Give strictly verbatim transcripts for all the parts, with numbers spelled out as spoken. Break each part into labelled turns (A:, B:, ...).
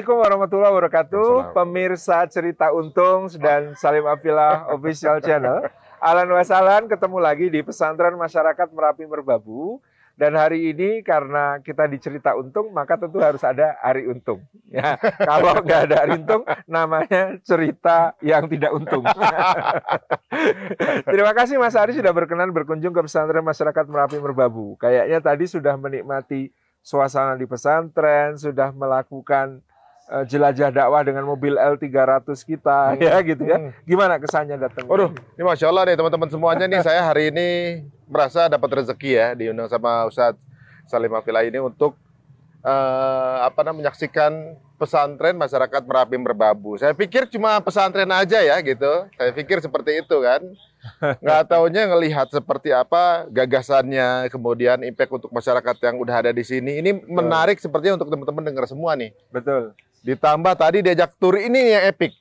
A: Assalamualaikum warahmatullahi wabarakatuh, pemirsa Cerita Untung dan Salim Afilah Official Channel. Ahlan wa sahlan, ketemu lagi di Pesantren Masyarakat Merapi Merbabu. Dan hari ini karena kita di Cerita Untung, maka tentu harus ada Hari Untung. Ya, kalau nggak ada Hari Untung, namanya cerita yang tidak untung. Terima kasih Mas Ari sudah berkenan berkunjung ke Pesantren Masyarakat Merapi Merbabu. Kayaknya tadi sudah menikmati suasana di pesantren, sudah melakukan uh, jelajah dakwah dengan mobil L tiga ratus kita, hmm. ya gitu ya. Gimana kesannya datang?
B: Waduh, ini Masya Allah nih teman-teman semuanya nih, saya hari ini merasa dapat rezeki ya, diundang sama Ustadz Salim Afilah ini untuk uh, apa namanya menyaksikan pesantren masyarakat Merapi Merbabu. Saya pikir cuma pesantren aja ya gitu, saya pikir seperti itu kan. Nggak taunya ngelihat seperti apa gagasannya, kemudian impact untuk masyarakat yang udah ada di sini. Ini betul. Menarik sepertinya untuk teman-teman dengar semua nih.
A: Betul.
B: Ditambah tadi diajak tur ini yang epic.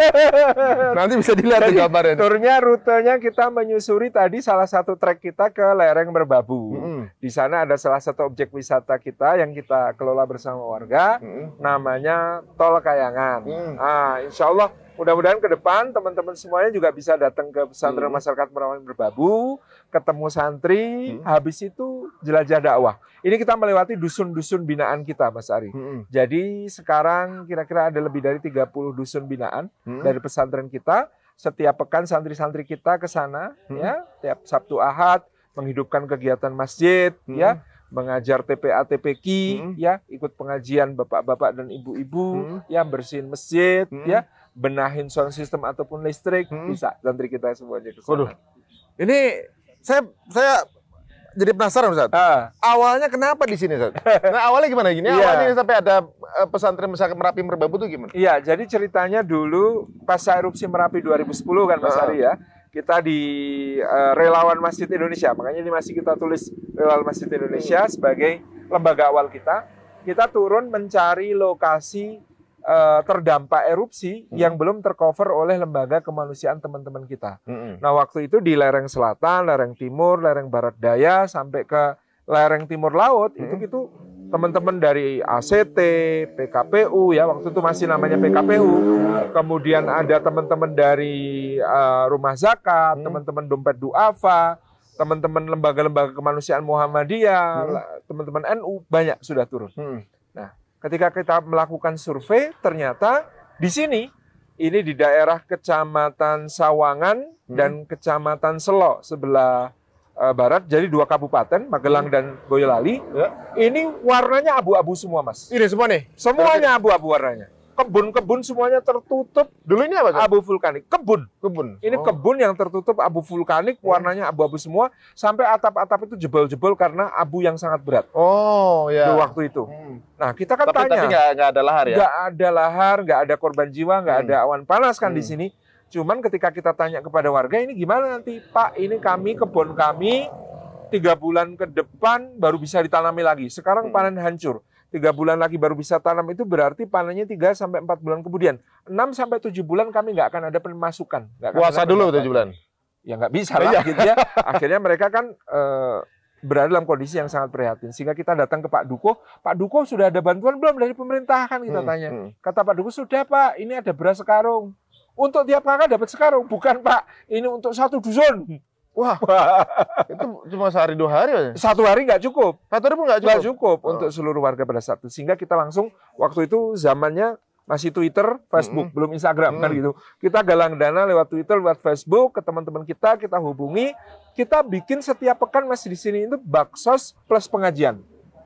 B: Nanti bisa dilihat di gambarnya.
A: Turnya, rutenya kita menyusuri tadi salah satu trek kita ke lereng Merbabu. Mm-hmm. Di sana ada salah satu objek wisata kita yang kita kelola bersama warga, mm-hmm. namanya Tol Kayangan. Mm. Ah, insya Allah mudah-mudahan ke depan teman-teman semuanya juga bisa datang ke pesantren hmm. masyarakat Merapi Merbabu, ketemu santri, hmm. habis itu jelajah dakwah. Ini kita melewati dusun-dusun binaan kita, Mas Ari. Hmm. Jadi sekarang kira-kira ada lebih dari tiga puluh dusun binaan hmm. dari pesantren kita. Setiap pekan santri-santri kita ke sana, hmm. ya, tiap Sabtu Ahad menghidupkan kegiatan masjid, hmm. ya, mengajar T P A T P Q, hmm. ya, ikut pengajian bapak-bapak dan ibu-ibu, hmm. ya, bersihin masjid, hmm. ya. Benahin sound system ataupun listrik, hmm. bisa santri kita semuanya ke sana.
B: Waduh. Ini saya saya jadi penasaran Ustaz. Ah. Awalnya kenapa di sini Ustaz? Nah, awalnya gimana gini? Yeah. Awalnya sampai ada pesantren masyarakat Merapi Merbabu itu gimana?
A: Iya, jadi ceritanya dulu pas erupsi Merapi dua ribu sepuluh kan Mas Ari ya. Kita di uh, Relawan Masjid Indonesia, makanya ini masih kita tulis Relawan Masjid Indonesia hmm. sebagai lembaga awal kita. Kita turun mencari lokasi Uh, terdampak erupsi hmm. yang belum tercover oleh lembaga kemanusiaan teman-teman kita. Hmm. Nah waktu itu di lereng selatan, lereng timur, lereng barat daya sampai ke lereng timur laut hmm. itu gitu teman-teman dari A C T, P K P U ya waktu itu masih namanya P K P U. Kemudian ada teman-teman dari uh, Rumah Zakat, hmm. teman-teman Dompet Duafa, teman-teman lembaga-lembaga kemanusiaan Muhammadiyah, hmm. teman-teman N U banyak sudah turun. Hmm. Nah ketika kita melakukan survei, ternyata di sini, ini di daerah Kecamatan Sawangan hmm. dan Kecamatan Selo sebelah uh, barat, jadi dua kabupaten, Magelang hmm. dan Boyolali. Ya. Ini warnanya abu-abu semua, Mas.
B: Ini semua nih?
A: Semuanya abu-abu warnanya. Kebun-kebun semuanya tertutup.
B: Dulu ini apa?
A: Abu vulkanik. Kebun.
B: Kebun.
A: Ini oh. kebun yang tertutup abu vulkanik, warnanya abu-abu semua, sampai atap-atap itu jebol-jebol karena abu yang sangat berat.
B: Oh, ya.
A: Di waktu itu. Hmm. Nah, kita kan
B: tapi,
A: tanya.
B: Tapi nggak ada lahar ya?
A: Nggak ada lahar, nggak ada korban jiwa, nggak hmm. ada awan panas kan hmm. di sini. Cuman ketika kita tanya kepada warga, ini gimana nanti? Pak, ini kami, kebun kami, tiga bulan ke depan baru bisa ditanami lagi. Sekarang hmm. panen hancur. Tiga bulan lagi baru bisa tanam itu berarti panennya tiga sampai empat bulan kemudian. Enam sampai tujuh bulan kami nggak akan ada pemasukan.
B: Puasa dulu tujuh bulan?
A: Ya nggak bisa lah gitu ya. Akhirnya mereka kan uh, berada dalam kondisi yang sangat prihatin. Sehingga kita datang ke Pak Duko. Pak Duko sudah ada bantuan belum dari pemerintah kan kita hmm, tanya. Hmm. Kata Pak Duko sudah Pak, ini ada beras sekarung. Untuk tiap kakak dapat sekarung. Bukan Pak, ini untuk satu dusun.
B: Wah, itu cuma sehari dua hari aja?
A: Satu hari nggak cukup.
B: Satu hari pun nggak cukup?
A: Nggak cukup oh. untuk seluruh warga pada saat itu. Sehingga kita langsung, waktu itu zamannya masih Twitter, Facebook, mm-hmm. belum Instagram mm-hmm. kan gitu. Kita galang dana lewat Twitter, lewat Facebook, ke teman-teman kita, kita hubungi. Kita bikin setiap pekan masih di sini itu baksos plus pengajian.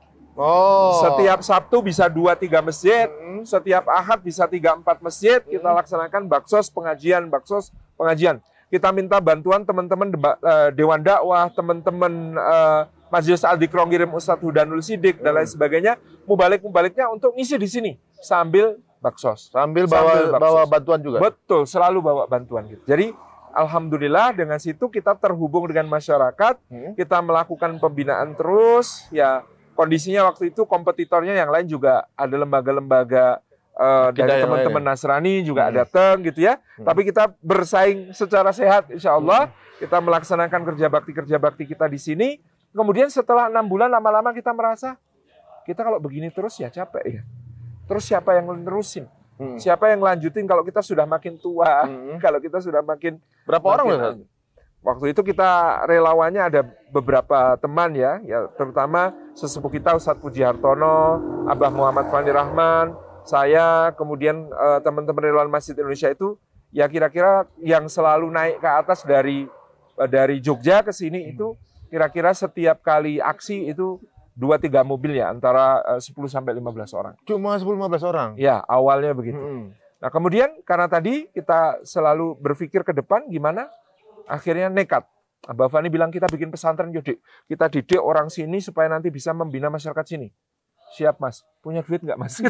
A: Oh. Setiap Sabtu bisa dua tiga masjid, mm-hmm. setiap Ahad bisa tiga empat masjid, mm-hmm. kita laksanakan baksos pengajian, baksos pengajian. Kita minta bantuan teman-teman uh, Dewan Dakwah, teman-teman uh, Majelis Al-Dikro ngirim Ustadz Hudanul Sidik, dan lain sebagainya. Mubalik-mubaliknya untuk ngisi di sini. Sambil baksos.
B: Sambil bawa, sambil bawa bantuan juga?
A: Betul, selalu bawa bantuan. Gitu. Jadi, alhamdulillah dengan situ kita terhubung dengan masyarakat. Hmm. Kita melakukan pembinaan terus. Ya, kondisinya waktu itu kompetitornya yang lain juga ada lembaga-lembaga Uh, dari teman-teman Nasrani juga hmm. datang gitu ya. Hmm. Tapi kita bersaing secara sehat insya Allah. Hmm. Kita melaksanakan kerja bakti-kerja bakti kita di sini. Kemudian setelah enam bulan lama-lama kita merasa kita kalau begini terus ya capek ya. terus siapa yang nerusin?
B: Hmm.
A: Siapa yang lanjutin kalau kita sudah makin tua,
B: Hmm.
A: kalau kita sudah makin
B: Berapa
A: makin
B: orang loh?
A: anu. Waktu itu kita relawannya ada beberapa teman ya, ya terutama sesepuh kita Ustadz Puji Hartono, Abah Muhammad Fani Rahman, saya, kemudian eh, teman-teman relawan Masjid Indonesia itu ya kira-kira yang selalu naik ke atas dari eh, dari Jogja ke sini itu kira-kira setiap kali aksi itu dua tiga mobil ya, antara eh, sepuluh sampai lima belas orang.
B: Cuma sepuluh lima belas orang.
A: Ya, awalnya begitu.
B: Hmm.
A: Nah, kemudian karena tadi kita selalu berpikir ke depan gimana? Akhirnya nekat. Abah Fani bilang kita bikin pesantren yuk, Dik. Kita didik orang sini supaya nanti bisa membina masyarakat sini. Siap, Mas. Punya duit nggak, Mas?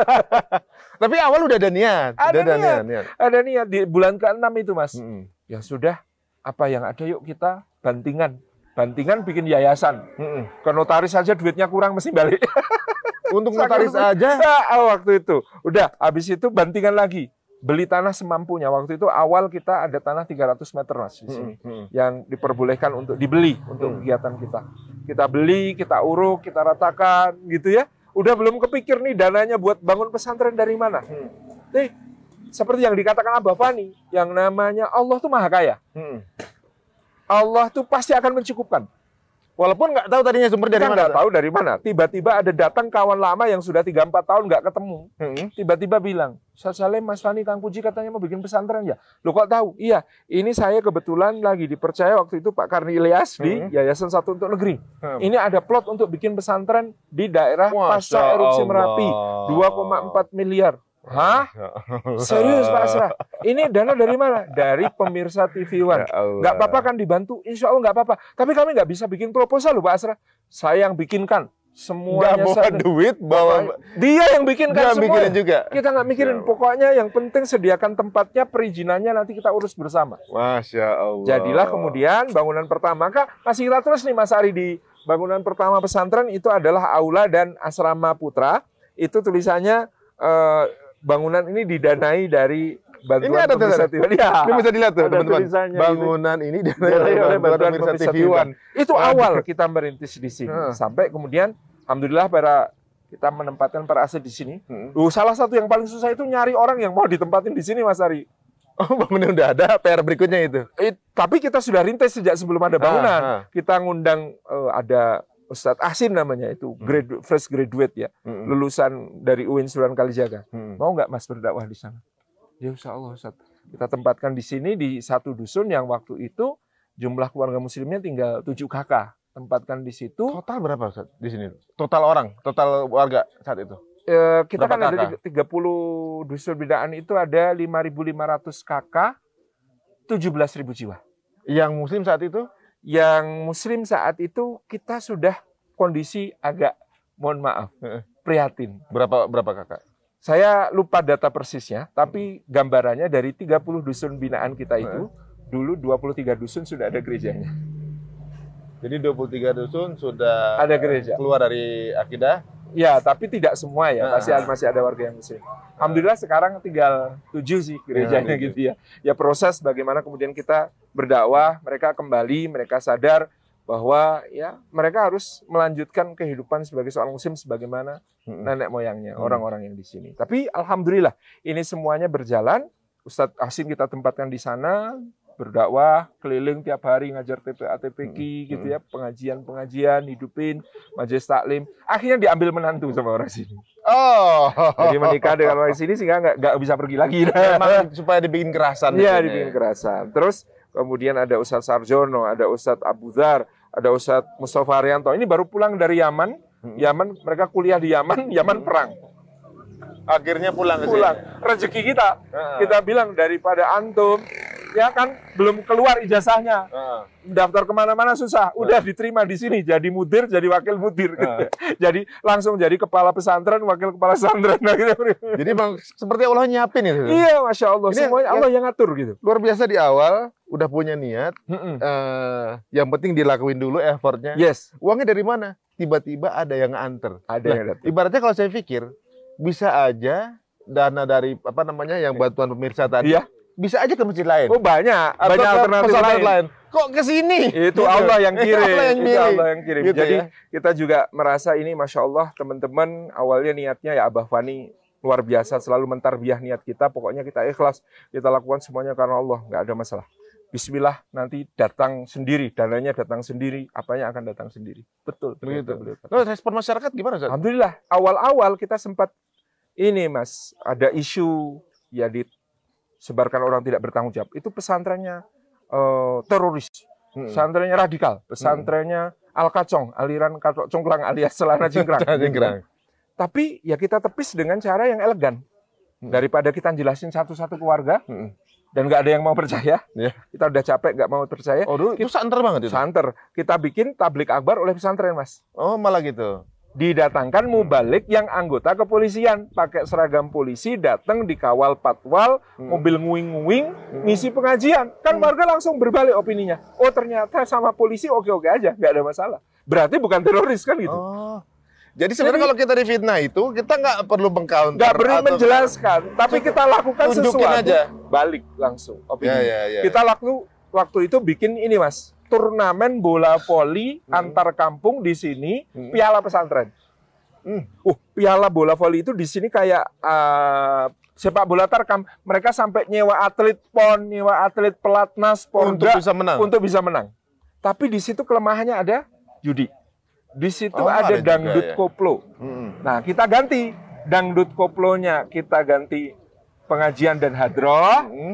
B: Tapi awal udah ada niat.
A: Ada
B: udah
A: niat.
B: niat.
A: Ada niat di bulan keenam itu, Mas.
B: Hmm.
A: Ya sudah, apa yang ada yuk kita bantingan. Bantingan bikin yayasan.
B: Hmm.
A: Ke notaris saja duitnya kurang mesti balik.
B: Untuk notaris aja.
A: Nah, waktu itu. Udah, habis itu bantingan lagi. Beli tanah semampunya. Waktu itu awal kita ada tanah tiga ratus meter, Mas, di sini.
B: Hmm. Hmm.
A: Yang diperbolehkan untuk dibeli untuk kegiatan kita. Kita beli, kita uruk, kita ratakan gitu ya. Udah belum kepikir nih dananya buat bangun pesantren dari mana.
B: Hmm.
A: Nih, seperti yang dikatakan Abah Fani, yang namanya Allah tuh Maha Kaya.
B: Hmm.
A: Allah tuh pasti akan mencukupkan.
B: Walaupun nggak tahu tadinya sumber dari
A: Kita
B: mana.
A: nggak tahu dari mana. Tiba-tiba ada datang kawan lama yang sudah tiga empat tahun nggak ketemu.
B: Hmm.
A: Tiba-tiba bilang, Ustaz Salim, Mas Fani, Kang Puji katanya mau bikin pesantren ya. Loh kok tahu? Iya, ini saya kebetulan lagi dipercaya waktu itu Pak Karni Ilyas di
B: Hmm.
A: Yayasan Satu Untuk Negeri.
B: Hmm.
A: Ini ada plot untuk bikin pesantren di daerah
B: Masya
A: pasca erupsi
B: Allah.
A: Merapi. dua koma empat miliar. Hah? Serius Pak Asra? Ini dana dari mana? Dari pemirsa T V One.
B: Ya Allah.
A: Nggak apa-apa kan dibantu? Insya Allah nggak apa-apa. Tapi kami nggak bisa bikin proposal loh Pak Asra. Saya yang bikinkan.
B: Nggak
A: Semuanya
B: bawa
A: saya.
B: duit, bawa
A: Dia yang bikinkan
B: dia
A: semua.
B: mikirin juga.
A: Kita nggak mikirin.
B: Ya.
A: Pokoknya yang penting sediakan tempatnya, perizinannya nanti kita urus bersama.
B: Masya Allah.
A: Jadilah kemudian bangunan pertama. Kak, masih kita terus nih Mas Ari di bangunan pertama pesantren itu adalah aula dan asrama putra. Itu tulisannya eh, bangunan ini didanai dari bantuan
B: Ini ada
A: pemirsa
B: tuh,
A: T V One. Ya,
B: Ini bisa dilihat tuh
A: ada
B: teman-teman.
A: tulisannya
B: Bangunan ini dan
A: Didanai oleh bantuan
B: pemirsa
A: pemirsa
B: T V One.
A: Itu
B: Waduh.
A: awal kita merintis di sini.
B: Hmm.
A: Sampai kemudian alhamdulillah para kita menempatkan para aset di sini.
B: Hmm.
A: Duh, salah satu yang paling susah itu nyari orang yang mau ditempatin di sini Mas Ari.
B: Oh, bangunan udah ada, P R berikutnya itu.
A: Eh, tapi kita sudah rintis sejak sebelum ada bangunan.
B: Ah, ah.
A: Kita ngundang eh, ada Ustadz Asin namanya itu, gradu, fresh graduate ya,
B: Hmm.
A: lulusan dari U I N Sunan Kalijaga.
B: Hmm.
A: Mau nggak Mas berdakwah di sana? Ya insya Allah Ustadz. Kita tempatkan di sini di satu dusun yang waktu itu jumlah keluarga muslimnya tinggal tujuh kakak. Tempatkan di situ.
B: Total berapa Ustaz di sini? Total orang, total warga saat itu.
A: Eh, kita
B: Berapa
A: kan ada
B: kakak?
A: tiga puluh dusun binaan itu ada lima ribu lima ratus kakak, tujuh belas ribu jiwa.
B: Yang muslim saat itu?
A: Yang muslim saat itu kita sudah kondisi agak, mohon maaf,
B: Heeh.
A: prihatin.
B: Berapa berapa kakak?
A: Saya lupa data persisnya, tapi gambarannya dari tiga puluh dusun binaan kita itu, dulu dua puluh tiga dusun sudah ada gerejanya.
B: Jadi dua puluh tiga dusun sudah
A: Ada gereja.
B: keluar dari akidah.
A: Ya, tapi tidak semua ya,
B: Nah.
A: masih masih ada warga yang muslim. Alhamdulillah sekarang tinggal tujuh sih gerejanya
B: Ya,
A: gitu ya. Ya proses bagaimana kemudian kita berdakwah, mereka kembali, mereka sadar bahwa ya mereka harus melanjutkan kehidupan sebagai seorang muslim sebagaimana
B: Hmm.
A: nenek moyangnya,
B: Hmm.
A: orang-orang yang di sini. Tapi alhamdulillah ini semuanya berjalan. Ustadz Asin kita tempatkan di sana, berdakwah keliling tiap hari ngajar T P A T P Q
B: Hmm.
A: gitu ya, pengajian-pengajian, hidupin majelis taklim. Akhirnya diambil menantu sama orang sini.
B: Oh.
A: Jadi menikah dengan orang sini sehingga nggak nggak bisa pergi lagi.
B: Emang supaya dibikin kerasan.
A: Iya,
B: gitu
A: dibikin
B: ya.
A: kerasan. Terus kemudian ada Ustadz Sarjono, ada Ustadz Abu Dhar, ada Ustadz Mustafa Arianto. Ini baru pulang dari Yaman.
B: Hmm.
A: Yaman, mereka kuliah di Yaman, Yaman perang.
B: Akhirnya pulang ke sini.
A: Pulang. Rezeki kita.
B: Heeh.
A: Kita bilang daripada antum, ya kan belum keluar ijazahnya.
B: Heeh.
A: Daftar kemana-mana susah. Udah diterima di sini, jadi mudir, jadi wakil mudir. gitu. Jadi langsung jadi kepala pesantren, wakil kepala pesantren. Nah, gitu.
B: Jadi emang seperti Allah nyiapin itu.
A: Iya, Masya Allah.
B: Ini
A: Semuanya
B: yang-
A: Allah yang ngatur gitu.
B: Luar biasa di awal udah punya niat.
A: Mm-mm.
B: eh, yang penting dilakuin dulu effortnya.
A: Yes,
B: Uangnya dari mana? Tiba-tiba ada yang nganter.
A: ada
B: Nah,
A: yang datang.
B: Ibaratnya kalau saya pikir bisa aja dana dari apa namanya yang bantuan pemirsa tadi
A: Iya.
B: bisa aja ke masjid lain.
A: Oh banyak,
B: Atau
A: banyak
B: ke
A: alternatif
B: pesantren
A: lain.
B: lain. Kok ke sini?
A: Itu
B: Gitu.
A: Allah yang kirim.
B: Allah yang
A: Itu
B: milih.
A: Allah yang kirim.
B: Gitu
A: Jadi
B: ya.
A: kita juga merasa ini Masya Allah teman-teman awalnya niatnya ya Abah Fani luar biasa selalu mentarbiah niat kita. Pokoknya kita ikhlas, kita lakukan semuanya karena Allah, nggak ada masalah. Bismillah nanti datang sendiri, dananya datang sendiri, apanya akan datang sendiri. Betul.
B: Begitu.
A: betul, betul.
B: Nah, respon masyarakat gimana, Ustaz?
A: Alhamdulillah awal-awal kita sempat ini Mas ada isu ya disebarkan orang tidak bertanggung jawab. Itu pesantrennya eh, teroris.
B: Hmm.
A: Pesantrennya radikal, pesantrennya Al-Kacong, aliran Kacong Congklang alias Celana Cingkrang.
B: Cingkrang.
A: Tapi ya kita tepis dengan cara yang elegan.
B: Hmm.
A: Daripada kita jelasin satu-satu ke warga
B: Hmm.
A: dan nggak ada yang mau percaya,
B: Ya.
A: kita udah capek nggak mau percaya.
B: Oh, dulu itu santer banget itu.
A: Santer, kita bikin tablik akbar oleh pesantren Mas.
B: Oh, malah gitu.
A: Didatangkan mubalik yang anggota kepolisian, pakai seragam polisi, datang dikawal patwal,
B: Hmm.
A: mobil nguing-nguing, ngisi pengajian. Kan warga langsung berbalik opininya. Oh ternyata sama polisi oke-oke aja, nggak ada masalah. Berarti bukan teroris kan gitu.
B: Oh. Jadi sebenarnya
A: Jadi-
B: kalau kita difitnah itu, kita nggak perlu mengcounter.
A: Nggak perlu
B: atau-
A: menjelaskan, tapi kita lakukan
B: Tunjukin
A: sesuatu,
B: aja.
A: balik langsung opini.
B: Ya, ya, ya.
A: Kita laku, waktu itu bikin ini Mas, turnamen bola voli antar kampung di sini,
B: Hmm.
A: piala pesantren.
B: Hmm.
A: Uh, piala bola voli itu di sini kayak uh, sepak bola tarkam. Mereka sampai nyewa atlet pon, nyewa atlet pelatnas,
B: Untuk
A: porda
B: bisa menang.
A: untuk bisa menang. Tapi di situ kelemahannya ada judi. Di situ
B: Oh,
A: ada,
B: ada juga
A: dangdut
B: ya.
A: koplo.
B: Hmm.
A: Nah, kita ganti dangdut koplonya, kita ganti pengajian dan hadroh.
B: Hmm.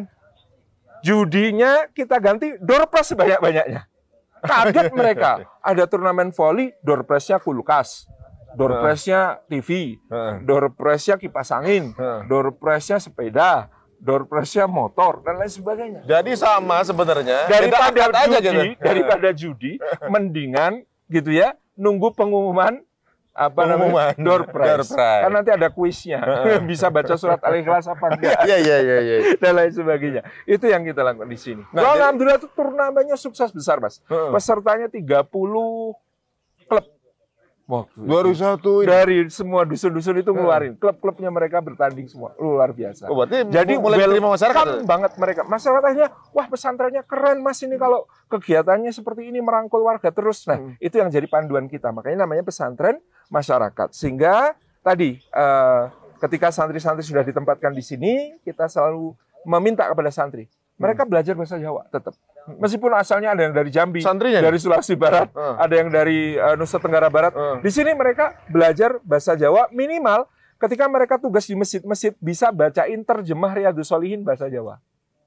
A: Judinya kita ganti door prize sebanyak-banyaknya. Kaget mereka. Ada turnamen voli, door prize-nya kulkas. Door
B: Heeh.
A: prize-nya T V.
B: Heeh.
A: Door prize-nya kipas angin.
B: Heeh.
A: Door prize-nya sepeda. Door prize-nya motor dan lain sebagainya.
B: Jadi sama sebenarnya.
A: Daripada
B: Beda akad aja
A: judi,
B: gitu.
A: daripada judi, mendingan gitu ya, nunggu pengumuman apa
B: Pengumuman.
A: namanya? Door prize.
B: Door prize.
A: Kan nanti ada kuisnya. Bisa baca surat Al-Ikhlas apa enggak?
B: Iya, iya, iya, iya.
A: Dan lain sebagainya. Itu yang kita lakukan di sini.
B: Nah,
A: Wah,
B: jadi-
A: alhamdulillah itu turnamennya sukses besar, Mas.
B: Heeh.
A: Pesertanya tiga puluh klub. Waktu
B: dua ribu satu ini.
A: dari semua dusun-dusun itu ngeluarin. Klub-klubnya mereka bertanding semua. Luar biasa.
B: Oh, berarti
A: Jadi
B: mulai diterima masyarakat.
A: welcome banget mereka. Masyarakat akhirnya, wah pesantrennya keren Mas ini kalau kegiatannya seperti ini merangkul warga terus. Nah,
B: Hmm.
A: itu yang jadi panduan kita. Makanya namanya pesantren masyarakat. Sehingga tadi eh, ketika santri-santri sudah ditempatkan di sini, kita selalu meminta kepada santri. Mereka belajar bahasa Jawa tetap. Meskipun asalnya ada yang dari Jambi,
B: Santrinya
A: dari Sulawesi Barat,
B: Hmm.
A: ada yang dari eh, Nusa Tenggara Barat.
B: Hmm.
A: Di sini mereka belajar bahasa Jawa minimal ketika mereka tugas di masjid-masjid bisa bacain terjemah Riyadhus Shalihin bahasa Jawa.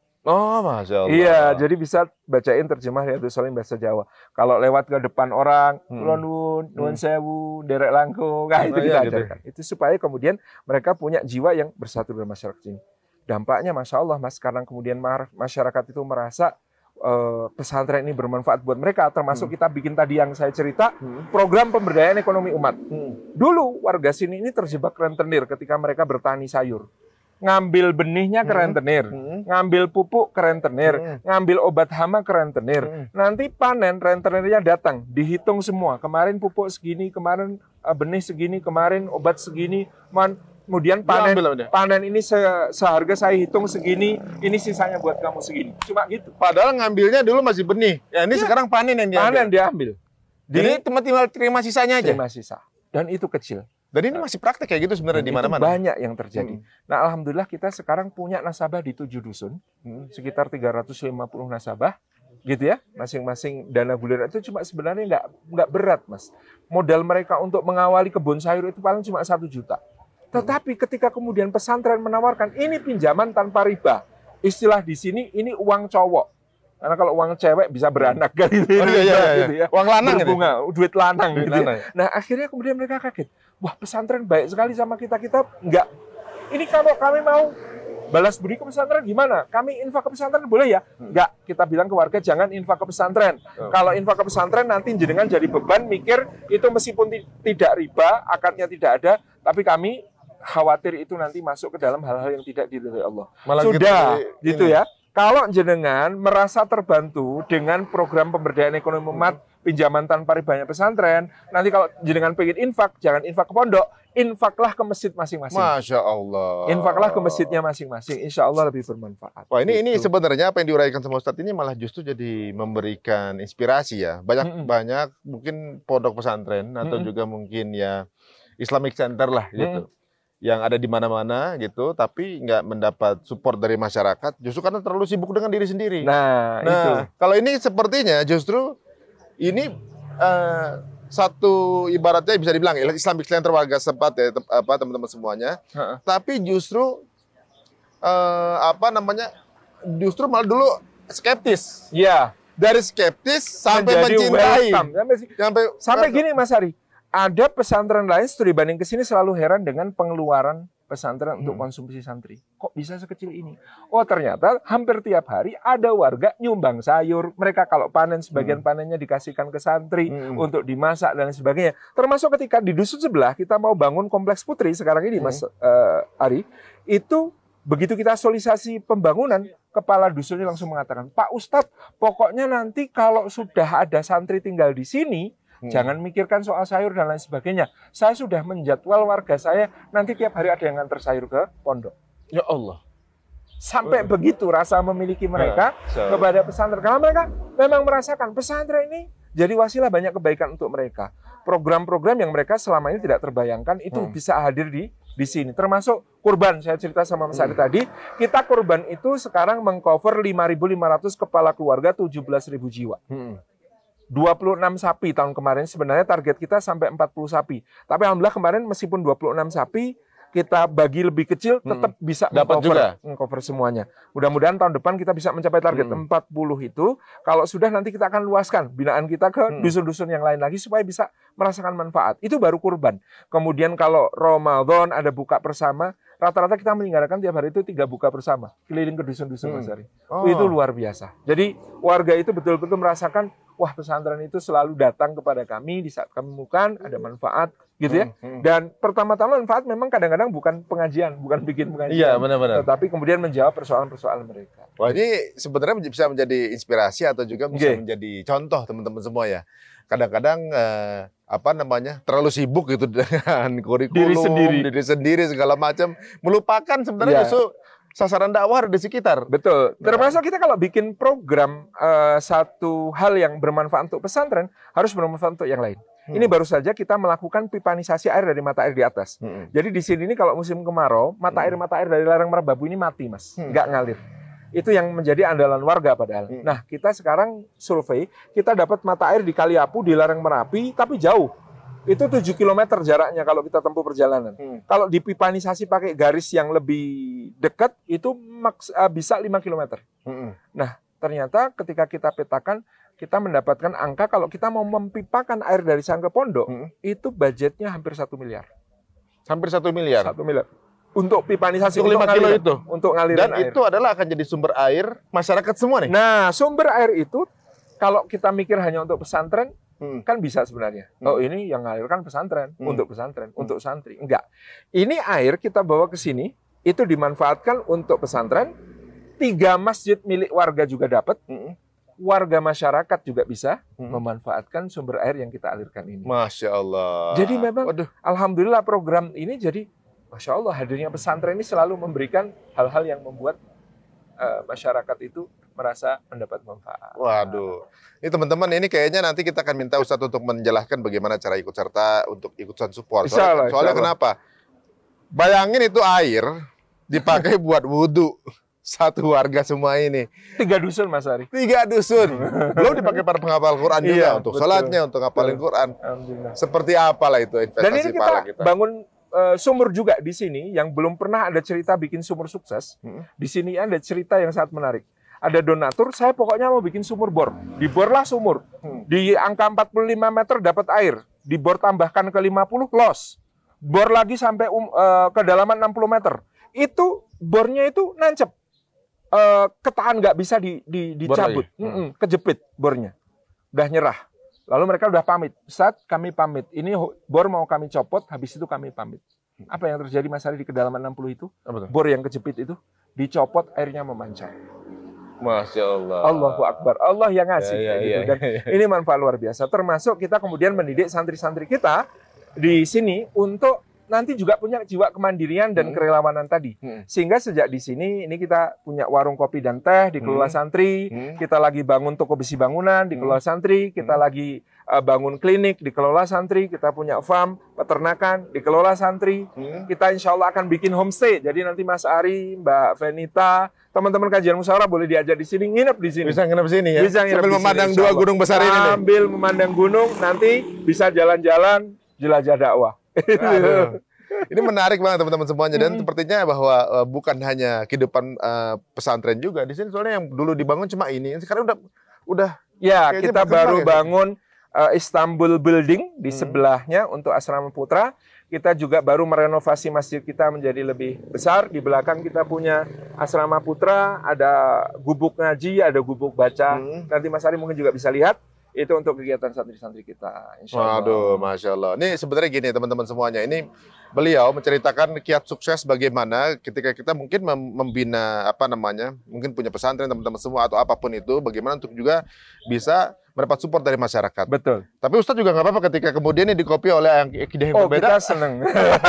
B: Oh, Masya Allah.
A: Iya, jadi bisa bacain terjemah Riyadhus Shalihin bahasa Jawa. Kalau lewat ke depan orang,
B: Hmm.
A: kula nuwun, nuwun sewu, derek langkung, nah itu
B: Oh,
A: kita
B: iya, gitu.
A: ajarkan. Itu supaya kemudian mereka punya jiwa yang bersatu dengan masyarakat ini. Dampaknya Masya Allah Mas, sekarang kemudian mar- masyarakat itu merasa eh, pesantren ini bermanfaat buat mereka, termasuk kita bikin tadi yang saya cerita,
B: Hmm.
A: program pemberdayaan ekonomi umat.
B: Hmm.
A: Dulu warga sini ini terjebak rentenir ketika mereka bertani sayur. Ngambil benihnya ke
B: Hmm.
A: rentenir,
B: Hmm.
A: ngambil pupuk ke rentenir,
B: Hmm.
A: ngambil obat hama ke rentenir.
B: Hmm.
A: Nanti panen rentenirnya datang, dihitung semua. Kemarin pupuk segini, kemarin eh, benih segini, kemarin obat segini, man, kemudian panen
B: Diambil sama dia.
A: panen ini se- seharga saya hitung segini, ini sisanya buat kamu segini. Cuma gitu.
B: Padahal ngambilnya dulu masih benih. Ya, ini
A: Iya.
B: sekarang panen yang diambil.
A: Panen diambil.
B: Jadi
A: Di
B: cuma tinggal terima sisanya aja.
A: terima sisa. Dan itu kecil.
B: Dan ini masih praktek kayak gitu sebenarnya
A: Dan
B: di
A: itu
B: mana-mana.
A: banyak yang terjadi.
B: Hmm.
A: Nah, alhamdulillah kita sekarang punya nasabah di tujuh dusun,
B: Hmm.
A: sekitar tiga ratus lima puluh nasabah, gitu ya. Masing-masing dana guliran itu cuma sebenarnya nggak nggak berat, Mas. Modal mereka untuk mengawali kebun sayur itu paling cuma satu juta. Tetapi ketika kemudian pesantren menawarkan ini pinjaman tanpa riba, istilah di sini ini uang cowok. Karena kalau uang cewek bisa beranak kan gitu,
B: Oh, iya, iya, iya.
A: gitu ya.
B: Uang lanang gitu.
A: Berbunga, duit lanang
B: Duit
A: gitu ya.
B: lanang.
A: Nah, akhirnya kemudian mereka kaget. Wah, pesantren baik sekali sama kita-kita. Enggak. Ini kalau kami mau balas budi ke pesantren gimana? Kami infak ke pesantren boleh ya? Enggak. Kita bilang ke warga jangan infak ke pesantren.
B: Oh.
A: Kalau infak ke pesantren nanti jenengan jadi beban mikir itu meskipun ti- tidak riba, akadnya tidak ada, tapi kami khawatir itu nanti masuk ke dalam hal-hal yang tidak diridhoi Allah.
B: Malah
A: Sudah,
B: gitu,
A: gitu
B: ini.
A: ya. Kalau jenengan merasa terbantu dengan program pemberdayaan ekonomi umat, pinjaman tanpa ribanya pesantren. Nanti kalau jenengan pengen infak, jangan infak ke pondok, infaklah ke masjid masing-masing.
B: Masya Allah.
A: Infaklah ke masjidnya masing-masing. Insya Allah lebih bermanfaat.
B: Wah ini
A: gitu.
B: ini sebenarnya apa yang diuraikan sama Ustadz ini malah justru jadi memberikan inspirasi ya. Banyak mm -mm. banyak mungkin pondok pesantren atau mm -mm. juga mungkin ya Islamic Center lah gitu. Mm -mm. yang ada di mana-mana gitu, tapi nggak mendapat support dari masyarakat, justru karena terlalu sibuk dengan diri sendiri.
A: Nah, nah itu.
B: Kalau ini sepertinya justru ini uh, satu ibaratnya bisa dibilang Islamic Center warga setempat ya, te apa teman-teman semuanya. Uh-uh. Tapi justru uh, apa namanya, justru malah dulu skeptis.
A: Iya.
B: Dari skeptis sampai
A: menjadi
B: mencintai.
A: Sampai, sampai, sampai gini Mas Ari. Ada pesantren lain studi banding ke sini selalu heran dengan pengeluaran pesantren hmm. untuk konsumsi santri. Kok bisa sekecil ini? Oh ternyata hampir tiap hari ada warga nyumbang sayur. Mereka kalau panen sebagian hmm. panennya dikasihkan ke santri hmm. untuk dimasak dan sebagainya. Termasuk ketika di dusun sebelah kita mau bangun kompleks putri sekarang ini hmm. Mas uh, Ari. Itu begitu kita solisasi pembangunan, kepala dusunnya langsung mengatakan, Pak Ustadz pokoknya nanti kalau sudah ada santri tinggal di sini, Hmm. jangan mikirkan soal sayur dan lain sebagainya. Saya sudah menjadwal warga saya nanti tiap hari ada yang nganter sayur ke pondok.
B: Ya Allah.
A: Sampai oh. begitu rasa memiliki mereka nah, so. kepada pesantren. Karena mereka memang merasakan pesantren ini jadi wasilah banyak kebaikan untuk mereka. Program-program yang mereka selama ini tidak terbayangkan itu hmm. bisa hadir di di sini. Termasuk kurban. Saya cerita sama Mas Ari hmm. tadi, kita kurban itu sekarang mengcover lima ribu lima ratus kepala keluarga, tujuh belas ribu jiwa. Hmm. dua puluh enam sapi tahun kemarin, sebenarnya target kita sampai empat puluh sapi. Tapi alhamdulillah kemarin meskipun dua puluh enam sapi, kita bagi lebih kecil tetap hmm. bisa
B: dapat juga
A: mengcover semuanya. Mudah-mudahan tahun depan kita bisa mencapai target hmm. empat puluh itu. Kalau sudah nanti kita akan luaskan binaan kita ke dusun-dusun yang lain lagi supaya bisa merasakan manfaat. Itu baru kurban. Kemudian kalau Ramadan ada buka bersama, rata-rata kita menyelenggarakan tiap hari itu tiga buka bersama, keliling ke dusun-dusun Mas Ari. Oh. Itu luar biasa. Jadi warga itu betul-betul merasakan, wah pesantren itu selalu datang kepada kami di saat kami bukan ada manfaat gitu ya. Hmm, hmm. Dan pertama-tama manfaat memang kadang-kadang bukan pengajian, bukan bikin pengajian.
B: Iya, benar-benar.
A: Tetapi kemudian menjawab persoalan-persoalan mereka.
B: Wah, ini sebenarnya bisa menjadi inspirasi atau juga bisa okay. menjadi contoh teman-teman semua ya. Kadang-kadang eh, apa namanya? terlalu sibuk gitu dengan kurikulum,
A: diri sendiri,
B: diri sendiri segala macam, melupakan sebenarnya yeah. justru sasaran dakwah di sekitar.
A: Betul. Termasuk kita kalau bikin program uh, satu hal yang bermanfaat untuk pesantren harus bermanfaat untuk yang lain. Hmm. Ini baru saja kita melakukan pipanisasi air dari mata air di atas. Hmm. Jadi di sini ini kalau musim kemarau, mata air mata air dari lereng Merababu ini mati, Mas. Hmm. Nggak ngalir. Itu yang menjadi andalan warga padahal. Hmm. Nah, kita sekarang survei, kita dapat mata air di Kaliapu di lereng Merapi tapi jauh. Itu tujuh kilometer jaraknya kalau kita tempuh perjalanan. Hmm. Kalau dipipanisasi pakai garis yang lebih dekat, itu maks, uh, bisa lima kilometer. Hmm. Nah, ternyata ketika kita petakan, kita mendapatkan angka kalau kita mau mempipakan air dari sang ke pondok, hmm. itu budgetnya hampir satu miliar.
B: Hampir satu miliar?
A: Satu miliar. Untuk pipanisasi,
B: untuk lima kilo itu?
A: Untuk ngalirin
B: Dan
A: air.
B: itu adalah akan jadi sumber air masyarakat semua nih?
A: Nah, sumber air itu, kalau kita mikir hanya untuk pesantren, Hmm. kan bisa sebenarnya. Hmm. Oh ini yang ngalirkan pesantren, hmm. untuk pesantren, hmm. untuk santri. Enggak. Ini air kita bawa ke sini, itu dimanfaatkan untuk pesantren, tiga masjid milik warga juga dapat, hmm. warga masyarakat juga bisa hmm. memanfaatkan sumber air yang kita alirkan ini.
B: Masya Allah.
A: Jadi memang, Waduh. alhamdulillah program ini jadi, Masya Allah hadirnya pesantren ini selalu memberikan hal-hal yang membuat uh, masyarakat itu merasa mendapat manfaat.
B: Waduh. Ini teman-teman, ini kayaknya nanti kita akan minta Ustadz untuk menjelaskan bagaimana cara ikut serta untuk ikutan support. Soalnya, soalnya kenapa? Bayangin itu air dipakai buat wudhu satu warga semua ini.
A: Tiga dusun Mas Ari.
B: Tiga dusun. Belum dipakai para penghafal Quran juga iya, untuk betul. sholatnya, untuk ngapalin Quran. Seperti apalah itu investasi
A: Dan ini kita, kita bangun uh, sumur juga di sini yang belum pernah ada cerita bikin sumur sukses. Hmm. Di sini ada cerita yang sangat menarik. Ada donatur, saya pokoknya mau bikin sumur bor. Diborlah sumur. Hmm. Di angka empat puluh lima meter dapat air. Dibor tambahkan ke lima puluh, los. Bor lagi sampai um, uh, kedalaman enam puluh meter. Itu, bornya itu nancep. Uh, ketahan nggak bisa di, di, dicabut. Hmm. Kejepit bornya. Udah nyerah. Lalu mereka udah pamit. Saat kami pamit. Ini bor mau kami copot, habis itu kami pamit. Apa yang terjadi Mas Ari di kedalaman enam puluh itu? Bor yang kejepit itu, dicopot, airnya memancar.
B: Masya Allah.
A: Allahu Akbar. Allah yang ngasih.
B: Ya, ya,
A: kayak gitu.
B: ya,
A: Dan
B: ya, ya.
A: ini manfaat luar biasa. Termasuk kita kemudian mendidik santri-santri kita di sini untuk nanti juga punya jiwa kemandirian dan
B: Hmm.
A: kerelawanan tadi.
B: Hmm.
A: Sehingga sejak di sini ini kita punya warung kopi dan teh dikelola
B: Hmm.
A: santri,
B: Hmm.
A: kita lagi bangun toko besi bangunan dikelola santri, kita
B: Hmm.
A: lagi uh, bangun klinik dikelola santri, kita punya farm peternakan dikelola santri.
B: Hmm.
A: Kita insya Allah akan bikin homestay. Jadi nanti Mas Ari, Mbak Venita, teman-teman kajian musyawarah boleh diajak di sini, nginep di sini.
B: Bisa nginep sini ya?
A: Bisa nginep
B: Sambil
A: di sini,
B: memandang
A: insya
B: dua
A: Allah.
B: gunung besar ini nih.
A: Sambil memandang gunung, nanti bisa jalan-jalan jelajah dakwah.
B: Aduh. Ini menarik banget teman-teman semuanya dan
A: Hmm.
B: sepertinya bahwa uh, bukan hanya kehidupan uh, pesantren juga di sini, soalnya yang dulu dibangun cuma ini, sekarang udah udah
A: Ya,
B: Kayaknya
A: kita
B: berkembang
A: baru
B: ya,
A: bangun uh, Istanbul Building di
B: Hmm.
A: sebelahnya untuk Asrama Putra. Kita juga baru merenovasi masjid kita menjadi lebih besar. Di belakang kita punya Asrama Putra, ada gubuk ngaji, ada gubuk baca.
B: Hmm.
A: Nanti Mas Ari mungkin juga bisa lihat. Itu untuk kegiatan santri-santri kita, insya Allah.
B: Waduh, Masya Allah. Ini sebenarnya gini teman-teman semuanya. Ini beliau menceritakan kiat sukses bagaimana ketika kita mungkin mem- membina apa namanya, mungkin punya pesantren teman-teman semua atau apapun itu, bagaimana untuk juga bisa mendapat support dari masyarakat.
A: Betul.
B: Tapi Ustadz juga nggak apa-apa ketika kemudian ini dikopi oleh yang akidah yang
A: Oh,
B: berbeda.
A: kita seneng.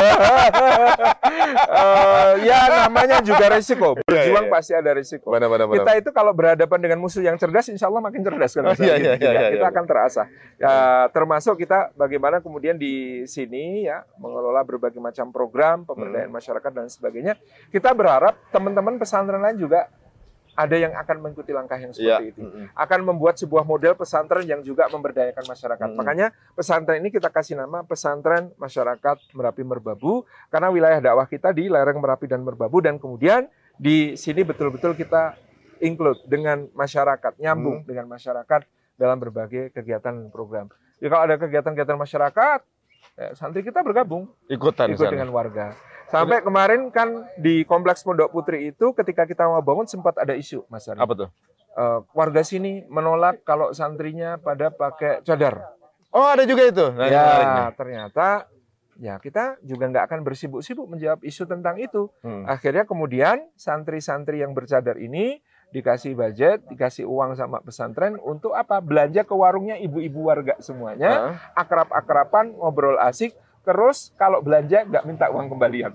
A: Eh, ya, namanya juga resiko. Berjuang
B: iya.
A: pasti ada resiko.
B: Benar-benar.
A: Kita itu kalau berhadapan dengan musuh yang cerdas, insya Allah makin cerdas kan.
B: Oh,
A: Mas
B: iya,
A: Ari?
B: iya,
A: Gitu ya.
B: iya,
A: Kita
B: iya.
A: akan terasah. Ya, termasuk kita bagaimana kemudian di sini ya mengelola berbagai macam program pemberdayaan masyarakat dan sebagainya. Kita berharap teman-teman pesantren lain juga ada yang akan mengikuti langkah yang seperti
B: Iya.
A: itu.
B: Mm-mm.
A: Akan membuat sebuah model pesantren yang juga memberdayakan masyarakat.
B: Mm-mm.
A: Makanya pesantren ini kita kasih nama Pesantren Masyarakat Merapi Merbabu karena wilayah dakwah kita di lereng Merapi dan Merbabu, dan kemudian di sini betul-betul kita include dengan masyarakat, nyambung
B: Hmm.
A: dengan masyarakat dalam berbagai kegiatan dan program. Ya, kalau ada kegiatan-kegiatan masyarakat, ya, santri kita bergabung
B: Ikutan
A: ikut
B: sana.
A: dengan warga. Sampai kemarin kan di Kompleks Pondok Putri itu ketika kita mau bangun sempat ada isu, Mas Ari.
B: Apa tuh?
A: Eh, warga sini menolak kalau santrinya pada pakai cadar.
B: Oh, ada juga itu. Nah, ini menarik nih.
A: Ya, ternyata ya kita juga nggak akan bersibuk-sibuk menjawab isu tentang itu.
B: Hmm.
A: Akhirnya kemudian santri-santri yang bercadar ini dikasih budget, dikasih uang sama pesantren untuk apa? Belanja ke warungnya ibu-ibu warga semuanya,
B: Hah?
A: akrab-akraban, ngobrol asik. Terus kalau belanja nggak minta uang kembalian.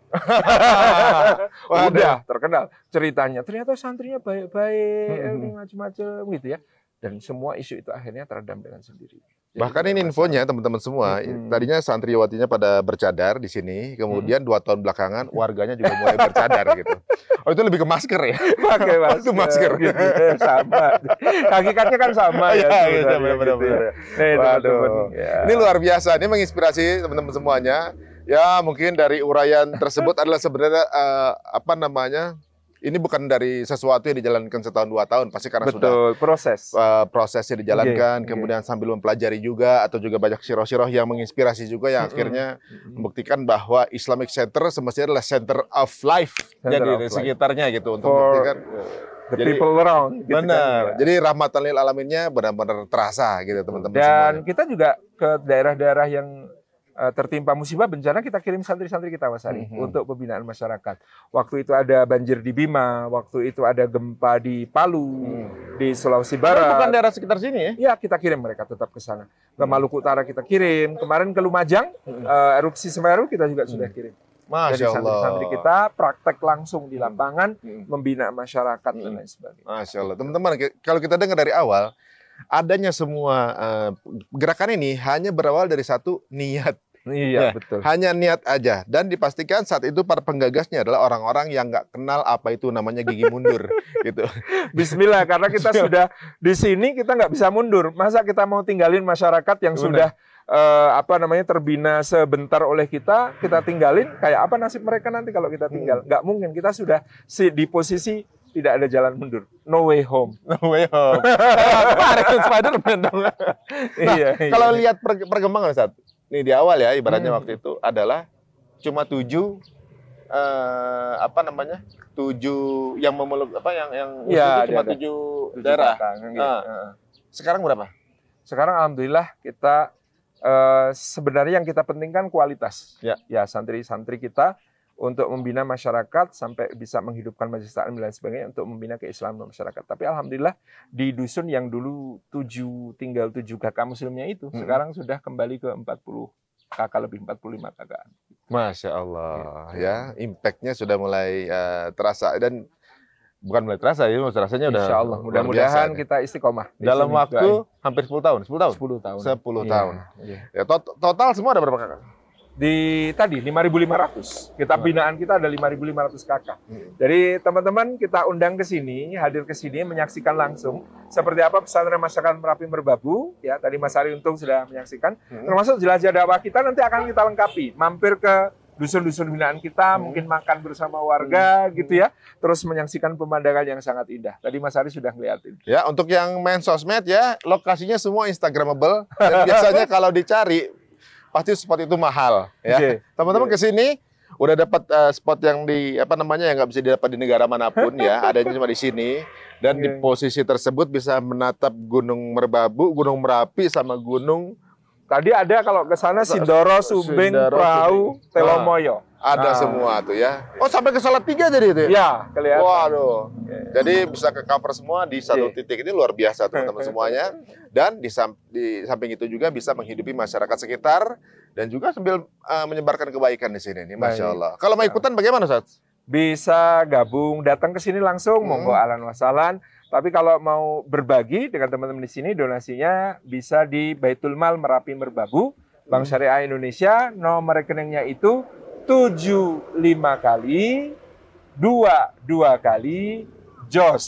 B: Wah,
A: Udah terkenal ceritanya. Ternyata santrinya baik-baik,
B: Hmm.
A: eh, macam-macam gitu ya. Dan semua isu itu akhirnya teredam dengan sendiri. Jadi
B: Bahkan
A: tidak
B: ini
A: ada
B: infonya teman-teman semua,
A: Mm-mm.
B: tadinya santriwatinya pada bercadar di sini, kemudian dua tahun belakangan warganya juga mulai bercadar gitu. Oh, itu lebih ke masker ya?
A: pakai masker.
B: Itu masker.
A: Gitu. Sama. Hakikatnya kan sama ya.
B: Iya,
A: sebenarnya
B: iya, benar-benar.
A: gitu ya. Nih,
B: Waduh.
A: teman-teman. Ya.
B: Ini luar biasa, ini menginspirasi teman-teman semuanya. Ya, mungkin dari uraian tersebut adalah sebenarnya eh, apa namanya? Ini bukan dari sesuatu yang dijalankan setahun dua tahun, pasti karena sudah
A: Betul, proses.
B: uh, prosesnya dijalankan,
A: Oke,
B: kemudian sambil mempelajari juga, atau juga banyak siroh-siroh yang menginspirasi juga yang
A: Mm-mm.
B: akhirnya membuktikan bahwa Islamic Center semestinya adalah center of life,
A: Center
B: jadi
A: of
B: di
A: life.
B: sekitarnya gitu untuk
A: For
B: membuktikan.
A: the
B: Jadi-
A: people around. gitu kan,
B: Benar.
A: ya.
B: Jadi rahmatan lil alaminnya benar-benar terasa gitu teman-teman
A: Dan
B: semuanya.
A: kita juga ke daerah-daerah yang uh, tertimpa musibah bencana, kita kirim santri-santri kita, Mas Ari,
B: Mhm.
A: untuk pembinaan masyarakat. Waktu itu ada banjir di Bima, waktu itu ada gempa di Palu,
B: Hmm.
A: di Sulawesi
B: Itu bukan
A: Barat.
B: daerah sekitar sini ya?
A: Ya, kita kirim mereka tetap ke sana. Ke Maluku Utara kita kirim. Kemarin ke Lumajang,
B: Hmm.
A: uh, erupsi Semeru kita juga sudah kirim. Jadi
B: Masya Allah.
A: santri-santri kita praktek langsung di lapangan,
B: Hmm.
A: membina masyarakat dan
B: Hmm.
A: lain sebagainya.
B: Masya Allah. Teman-teman, ke- kalau kita dengar dari awal, adanya semua eh, gerakan ini hanya berawal dari satu niat.
A: Iya,
B: Ya,
A: betul.
B: Hanya niat aja. Dan dipastikan saat itu para penggagasnya adalah orang-orang yang nggak kenal apa itu namanya gigi mundur. gitu.
A: Bismillah, karena kita sudah di sini, kita nggak bisa mundur. Masa kita mau tinggalin masyarakat yang
B: Benar.
A: sudah eh, apa namanya terbina sebentar oleh kita, kita tinggalin? Kayak apa nasib mereka nanti kalau kita tinggal? Nggak mungkin. Kita sudah si- di posisi tidak ada jalan mundur. No way home.
B: No way home. Kemarin Spider-Man dong. Nah,
A: Iya, iya.
B: kalau lihat per- perkembangan saat nih di awal ya, ibaratnya
A: Hmm.
B: waktu itu adalah cuma tujuh eh, apa namanya tujuh yang memeluk apa yang yang
A: Iya,
B: itu cuma
A: ada.
B: tujuh
A: Tujuh
B: daerah.
A: batang, gitu.
B: Ah.
A: Heeh.
B: Sekarang berapa?
A: Sekarang alhamdulillah kita eh, sebenarnya yang kita pentingkan kualitas.
B: Ya.
A: Ya, santri-santri kita untuk membina masyarakat sampai bisa menghidupkan majelis taklim dan sebagainya untuk membina keislaman masyarakat. Tapi alhamdulillah di dusun yang dulu tujuh tinggal tujuh kakak muslimnya itu hmm. sekarang sudah kembali ke empat puluh kakak, lebih empat puluh lima kakak.
B: Masya Allah ya, ya impact-nya sudah mulai uh, terasa dan bukan mulai terasa ya, rasanya udah.
A: Insya Allah, mudah-mudahan kita istiqomah
B: dalam waktu doain. Hampir sepuluh tahun, sepuluh tahun,
A: sepuluh tahun,
B: sepuluh
A: iya,
B: tahun.
A: Iya.
B: Ya, to total semua ada berapa kakak?
A: Di tadi lima ribu lima ratus. Kita binaan kita ada lima ribu lima ratus kakak. Hmm. Jadi teman-teman kita undang ke sini, hadir ke sini menyaksikan langsung seperti apa pesantren masyarakat Merapi Merbabu. Ya, tadi Mas Ari Untung sudah menyaksikan. Hmm. Termasuk jelajah dakwah kita nanti akan kita lengkapi, mampir ke dusun-dusun binaan kita, hmm. mungkin makan bersama warga hmm. gitu ya, terus menyaksikan pemandangan yang sangat indah. Tadi Mas Ari sudah ngeliatin.
B: Ya, untuk yang main sosmed ya, lokasinya semua instagramable dan biasanya kalau dicari pasti spot itu mahal ya. Teman-teman okay. kesini udah dapat uh, spot yang di apa namanya yang nggak bisa didapat di negara manapun ya, adanya cuma di sini dan okay. di posisi tersebut bisa menatap Gunung Merbabu, Gunung Merapi sama Gunung.
A: Tadi ada kalau ke sana Sindoro, Sumbing, Prau, Telomoyo.
B: Ada nah. semua tuh ya. Oh sampai ke Salatiga jadi itu ya?
A: Iya, kelihatan.
B: Waduh. Okay. Jadi bisa ke cover semua di satu yeah. titik, ini luar biasa teman-teman semuanya. Dan di, sam di samping itu juga bisa menghidupi masyarakat sekitar dan juga sambil uh, menyebarkan kebaikan di sini nih, Masya Allah. Kalau mau ikutan bagaimana, Ustaz?
A: Bisa gabung, datang ke sini langsung, hmm. monggo ahlan wasalan. Tapi kalau mau berbagi dengan teman-teman di sini, donasinya bisa di Baitul Mal Merapi Merbabu, Bank Syariah Indonesia, nomor rekeningnya itu tujuh lima kali dua dua kali Jos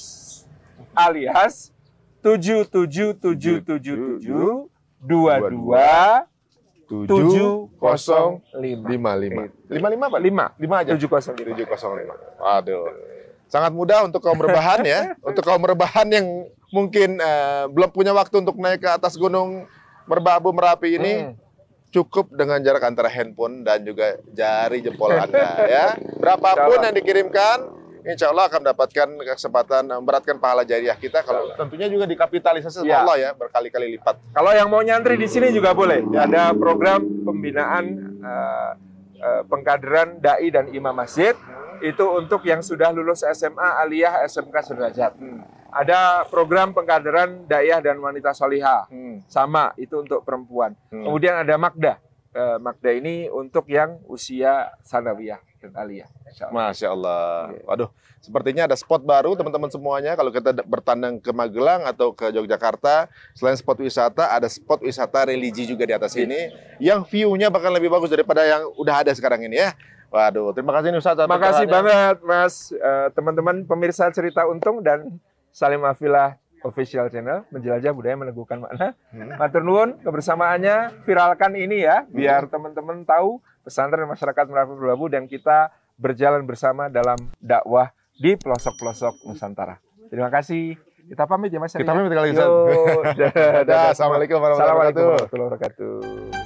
A: alias tujuh tujuh tujuh tujuh tujuh dua dua tujuh nol lima
B: lima lima lima apa
A: lima
B: lima aja
A: tujuh nol lima
B: tujuh nol lima. Waduh, sangat mudah untuk kaum rebahan ya, untuk kaum rebahan yang mungkin uh, belum punya waktu untuk naik ke atas Gunung Merbabu Merapi ini. Hmm. Cukup dengan jarak antara handphone dan juga jari jempol Anda ya. Berapapun yang dikirimkan, insya Allah akan mendapatkan kesempatan memberatkan pahala jariah kita. Kalau tentunya juga dikapitalisasi sama ya. Allah ya, berkali-kali lipat.
A: Kalau yang mau nyantri di sini juga boleh. Ya. Ada program pembinaan uh, uh, pengkaderan dai dan imam masjid. Itu untuk yang sudah lulus S M A, aliyah, S M K sederajat. Hmm. Ada program pengkaderan daiyah dan wanita solihah. Hmm. Sama, itu untuk perempuan. Hmm. Kemudian ada Makda. Uh, Makda ini untuk yang usia sanawiyah dan aliyah.
B: Masya Allah. Waduh, sepertinya ada spot baru teman-teman semuanya. Kalau kita bertandang ke Magelang atau ke Yogyakarta, selain spot wisata, ada spot wisata religi juga di atas ini. Yang view-nya bahkan lebih bagus daripada yang udah ada sekarang ini ya. Waduh, terima kasih nih Ustaz.
A: Terima kasih banget Mas, uh, teman-teman pemirsa Cerita Untung dan Salim Afilah Official Channel, menjelajah budaya meneguhkan makna. Hmm. Matur nuwun kebersamaannya, viralkan ini ya, biar hmm. teman-teman tahu pesantren masyarakat Merapi Merbabu dan kita berjalan bersama dalam dakwah di pelosok-pelosok Nusantara. Terima kasih. Kita pamit ya Mas.
B: Kita pamit kali ini.
A: Assalamualaikum warahmatullahi wabarakatuh.